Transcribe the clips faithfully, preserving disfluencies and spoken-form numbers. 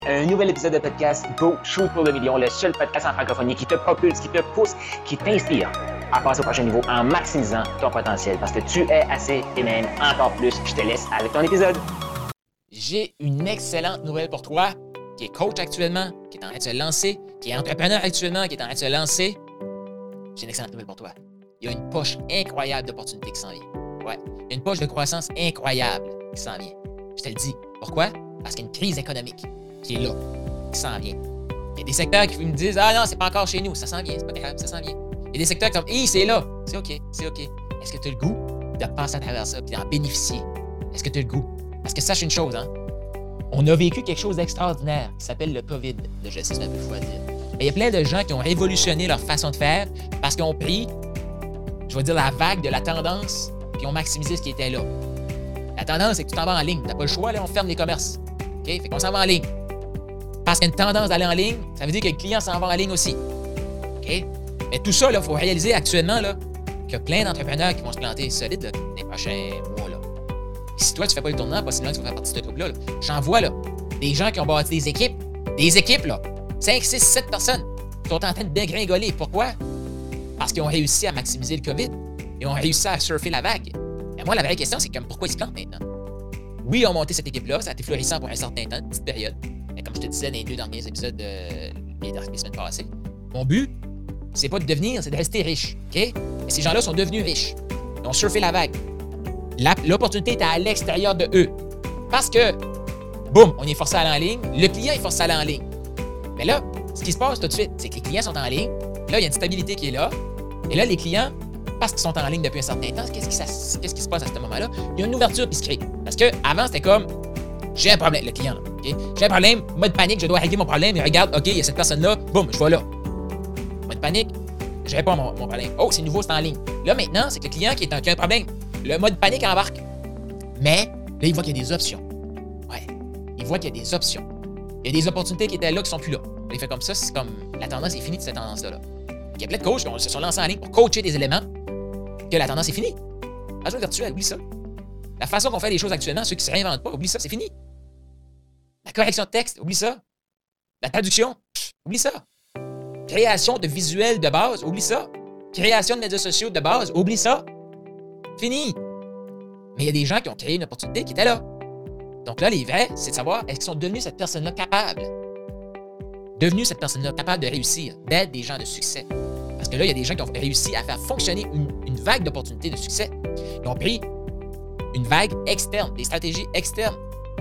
Un nouvel épisode de podcast Go Shoot pour le million, le seul podcast en francophonie qui te propulse, qui te pousse, qui t'inspire à passer au prochain niveau en maximisant ton potentiel parce que tu es assez et même encore plus. Je te laisse avec ton épisode. J'ai une excellente nouvelle pour toi qui est coach actuellement, qui est en train de se lancer, qui est entrepreneur actuellement, qui est en train de se lancer. J'ai une excellente nouvelle pour toi. Il y a une poche incroyable d'opportunités qui s'en vient. Ouais, il y a une poche de croissance incroyable qui s'en vient. Je te le dis. Pourquoi? Parce qu'il y a une crise économique qui est là, qui s'en vient. Il y a des secteurs qui me disent « Ah non, c'est pas encore chez nous, ça s'en vient, c'est pas grave, ça s'en vient. » Il y a des secteurs qui sont « Hi, c'est là, c'est OK, c'est OK. » Est-ce que tu as le goût de passer à travers ça et d'en bénéficier? Est-ce que tu as le goût? Parce que sache une chose, hein, on a vécu quelque chose d'extraordinaire qui s'appelle le COVID. Je sais, c'est un peu fou à dire. Et il y a plein de gens qui ont révolutionné leur façon de faire parce qu'ils ont pris, je vais dire, la vague de la tendance puis ont maximisé ce qui était là. La tendance, c'est que tu t'en vas en ligne. Tu n'as pas le choix, là, on ferme les commerces. OK? Fait qu'on s'en va en ligne. Parce qu'il y a une tendance d'aller en ligne, ça veut dire que le client s'en va en ligne aussi. OK? Mais tout ça, il faut réaliser actuellement là, qu'il y a plein d'entrepreneurs qui vont se planter solides là, dans les prochains mois. Là. Et si toi, tu ne fais pas le tournant, possiblement que tu vas faire partie de ce groupe-là. Là. J'en vois là, des gens qui ont bâti des équipes, des équipes, là, cinq, six, sept personnes qui sont en train de dégringoler. Pourquoi? Parce qu'ils ont réussi à maximiser le COVID. Ils ont réussi à surfer la vague. Et moi, la vraie question, c'est comme pourquoi ils se plantent maintenant? Oui, ils ont monté cette équipe-là, ça a été florissant pour un certain temps, une petite période. Mais comme je te disais dans les deux derniers épisodes de les dernières semaines passées, mon but, c'est pas de devenir, c'est de rester riche. OK? Et ces gens-là sont devenus riches. Ils ont surfé la vague. La, l'opportunité était à l'extérieur de eux. Parce que, boum, on est forcé à aller en ligne, le client est forcé à aller en ligne. Mais là, ce qui se passe tout de suite, c'est que les clients sont en ligne. Là, il y a une stabilité qui est là. Et là, les clients, parce qu'ils sont en ligne depuis un certain temps, qu'est-ce qui, ça, qu'est-ce qui se passe à ce moment-là? Il y a une ouverture qui se crée. Parce qu'avant, c'était comme, j'ai un problème, le client, là, okay? J'ai un problème, mode panique, je dois régler mon problème, et regarde, OK, il y a cette personne-là, boum, je vais là. Mode panique, je réponds à mon, mon problème. Oh, c'est nouveau, c'est en ligne. Là, maintenant, c'est que le client qui, est un, qui a un problème. Le mode panique embarque. Mais, là, il voit qu'il y a des options. Ouais, il voit qu'il y a des options. Il y a des opportunités qui étaient là qui sont plus là. Il fait comme ça, c'est comme, la tendance est finie de cette tendance-là. Là. Il y a plein de coachs qui se sont lancés en ligne pour coacher des éléments que la tendance est finie. Agent virtuel, oublie ça. La façon qu'on fait les choses actuellement, ceux qui ne se réinventent pas, oublie ça, c'est fini. La correction de texte, oublie ça. La traduction, pff, oublie ça. Création de visuels de base, oublie ça. Création de médias sociaux de base, oublie ça. Fini. Mais il y a des gens qui ont créé une opportunité qui était là. Donc là, les vrais, c'est de savoir est-ce qu'ils sont devenus cette personne-là capable. Devenus cette personne-là capable de réussir, d'être des gens de succès. Parce que là, il y a des gens qui ont réussi à faire fonctionner une, une vague d'opportunités de succès. Ils ont pris une vague externe, des stratégies externes.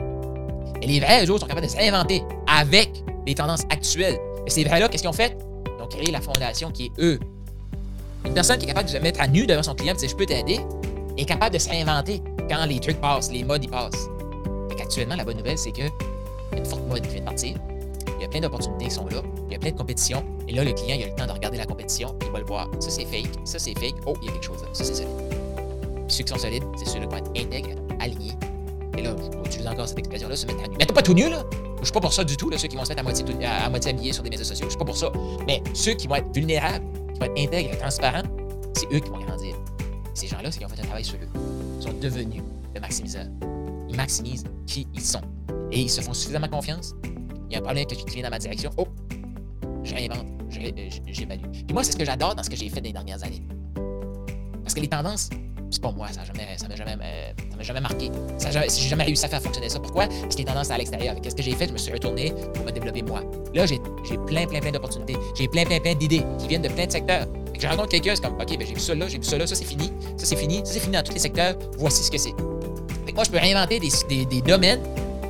Et les vrais, eux autres, sont capables de s'inventer avec les tendances actuelles. Et ces vrais-là, qu'est-ce qu'ils ont fait? Ils ont créé la fondation qui est eux. Une personne qui est capable de se mettre à nu devant son client et de dire « je peux t'aider » est capable de se réinventer quand les trucs passent, les modes y passent. Fait qu'actuellement, la bonne nouvelle, c'est qu'il y a une forte mode qui vient de partir. Il y a plein d'opportunités qui sont là. Il y a plein de compétitions. Et là, le client, il a le temps de regarder la compétition et il va le voir. Ça, c'est fake. Ça, c'est fake. Oh, il y a quelque chose là. Ça, c'est solide. Puis ceux qui sont solides, c'est ceux-là qui vont être intègres, alignés. Et là, je vais utiliser encore cette expression-là, se mettre à nu. Mais t'es pas tout nu, là. Je suis pas pour ça du tout, là, ceux qui vont se mettre à moitié, tout, à, à moitié habillés sur des médias sociaux. Je suis pas pour ça. Mais ceux qui vont être vulnérables, qui vont être intègres, transparents, c'est eux qui vont grandir. Ces gens-là, c'est qui ont fait un travail sur eux. Ils sont devenus le maximiseur. Ils maximisent qui ils sont. Et ils se font suffisamment confiance. Il y a un problème qui vient dans ma direction. Oh, je réinvente, j'évalue. Puis moi, c'est ce que j'adore dans ce que j'ai fait des dernières années. Parce que les tendances, c'est pas moi, ça ne m'a jamais, euh, jamais marqué. Ça, j'ai jamais réussi à faire fonctionner ça. Pourquoi? Parce que les tendances, c'est à l'extérieur. Qu'est-ce que j'ai fait? Je me suis retourné pour me développer moi. Là, j'ai plein, plein, plein d'opportunités. J'ai plein, plein, plein d'idées qui viennent de plein de secteurs. Fait que je rencontre quelqu'un, c'est comme, OK, ben, j'ai vu ça là, j'ai vu ça là, ça c'est fini, ça c'est fini, ça c'est fini dans tous les secteurs, voici ce que c'est. Fait que moi, je peux réinventer des, des, des domaines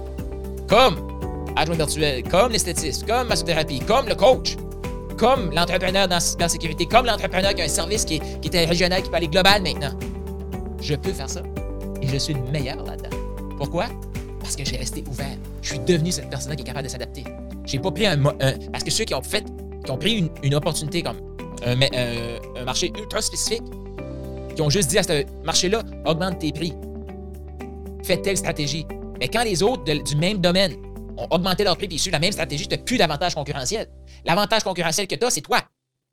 comme adjoint virtuel, comme l'esthétisme, comme massothérapie, comme le coach, comme l'entrepreneur dans la sécurité, comme l'entrepreneur qui a un service qui est, qui est régional, qui peut aller global maintenant. Je peux faire ça. Et je suis le meilleur là-dedans. Pourquoi? Parce que j'ai resté ouvert. Je suis devenu cette personne-là qui est capable de s'adapter. J'ai pas pris un, un... Parce que ceux qui ont fait, qui ont pris une, une opportunité comme un, un, un marché ultra spécifique, qui ont juste dit à ce marché-là, augmente tes prix. Fais telle stratégie. Mais quand les autres de, du même domaine ont augmenté leur prix et suivent la même stratégie, tu n'as plus d'avantage concurrentiel. L'avantage concurrentiel que tu as, c'est toi.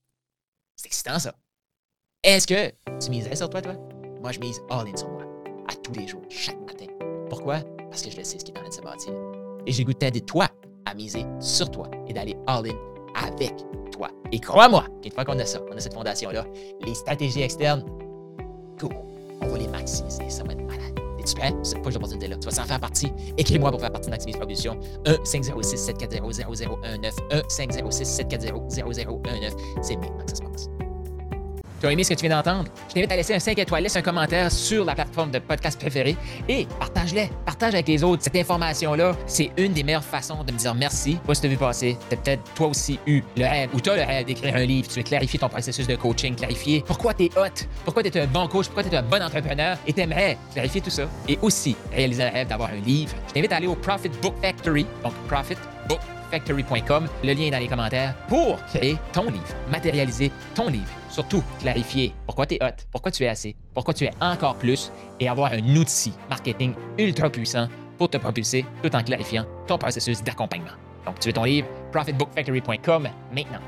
C'est excitant, ça. Est-ce que tu miserais sur toi, toi? Moi, je mise all-in sur moi. À tous les jours, chaque matin. Pourquoi? Parce que je le sais ce qui est en train de se bâtir. Et j'ai le goût de t'aider, toi, à miser sur toi et d'aller all-in avec toi. Et crois-moi, une fois qu'on a ça, on a cette fondation-là, les stratégies externes, go, on va les maximiser, ça va être malade. Es-tu prêt? C'est pas l'opportunité là. Tu vas s'en faire partie. Écris-moi pour faire partie de Maximise Propulsion. un cinq zéro six sept quatre zéro zéro zéro un neuf. un cinq zéro six sept quatre zéro zéro zéro un neuf. C'est maintenant que ça se passe. Tu as aimé ce que tu viens d'entendre? Je t'invite à laisser un cinq étoiles, laisse un commentaire sur la plateforme de podcast préférée et partage-les. Partage avec les autres. Cette information-là, c'est une des meilleures façons de me dire merci. Pas si tu as vu passer. Tu as peut-être toi aussi eu le rêve ou tu as le rêve d'écrire un livre. Tu veux clarifier ton processus de coaching, clarifier pourquoi tu es hot, pourquoi tu es un bon coach, pourquoi tu es un bon entrepreneur et tu aimerais clarifier tout ça. Et aussi réaliser un rêve d'avoir un livre. Je t'invite à aller au Profit Book Factory, donc Profit Book factory point com, le lien est dans les commentaires, pour créer ton livre, matérialiser ton livre. Surtout, clarifier pourquoi tu es hot, pourquoi tu es assez, pourquoi tu es encore plus et avoir un outil marketing ultra puissant pour te propulser tout en clarifiant ton processus d'accompagnement. Donc, tu veux ton livre, profit book factory point com maintenant.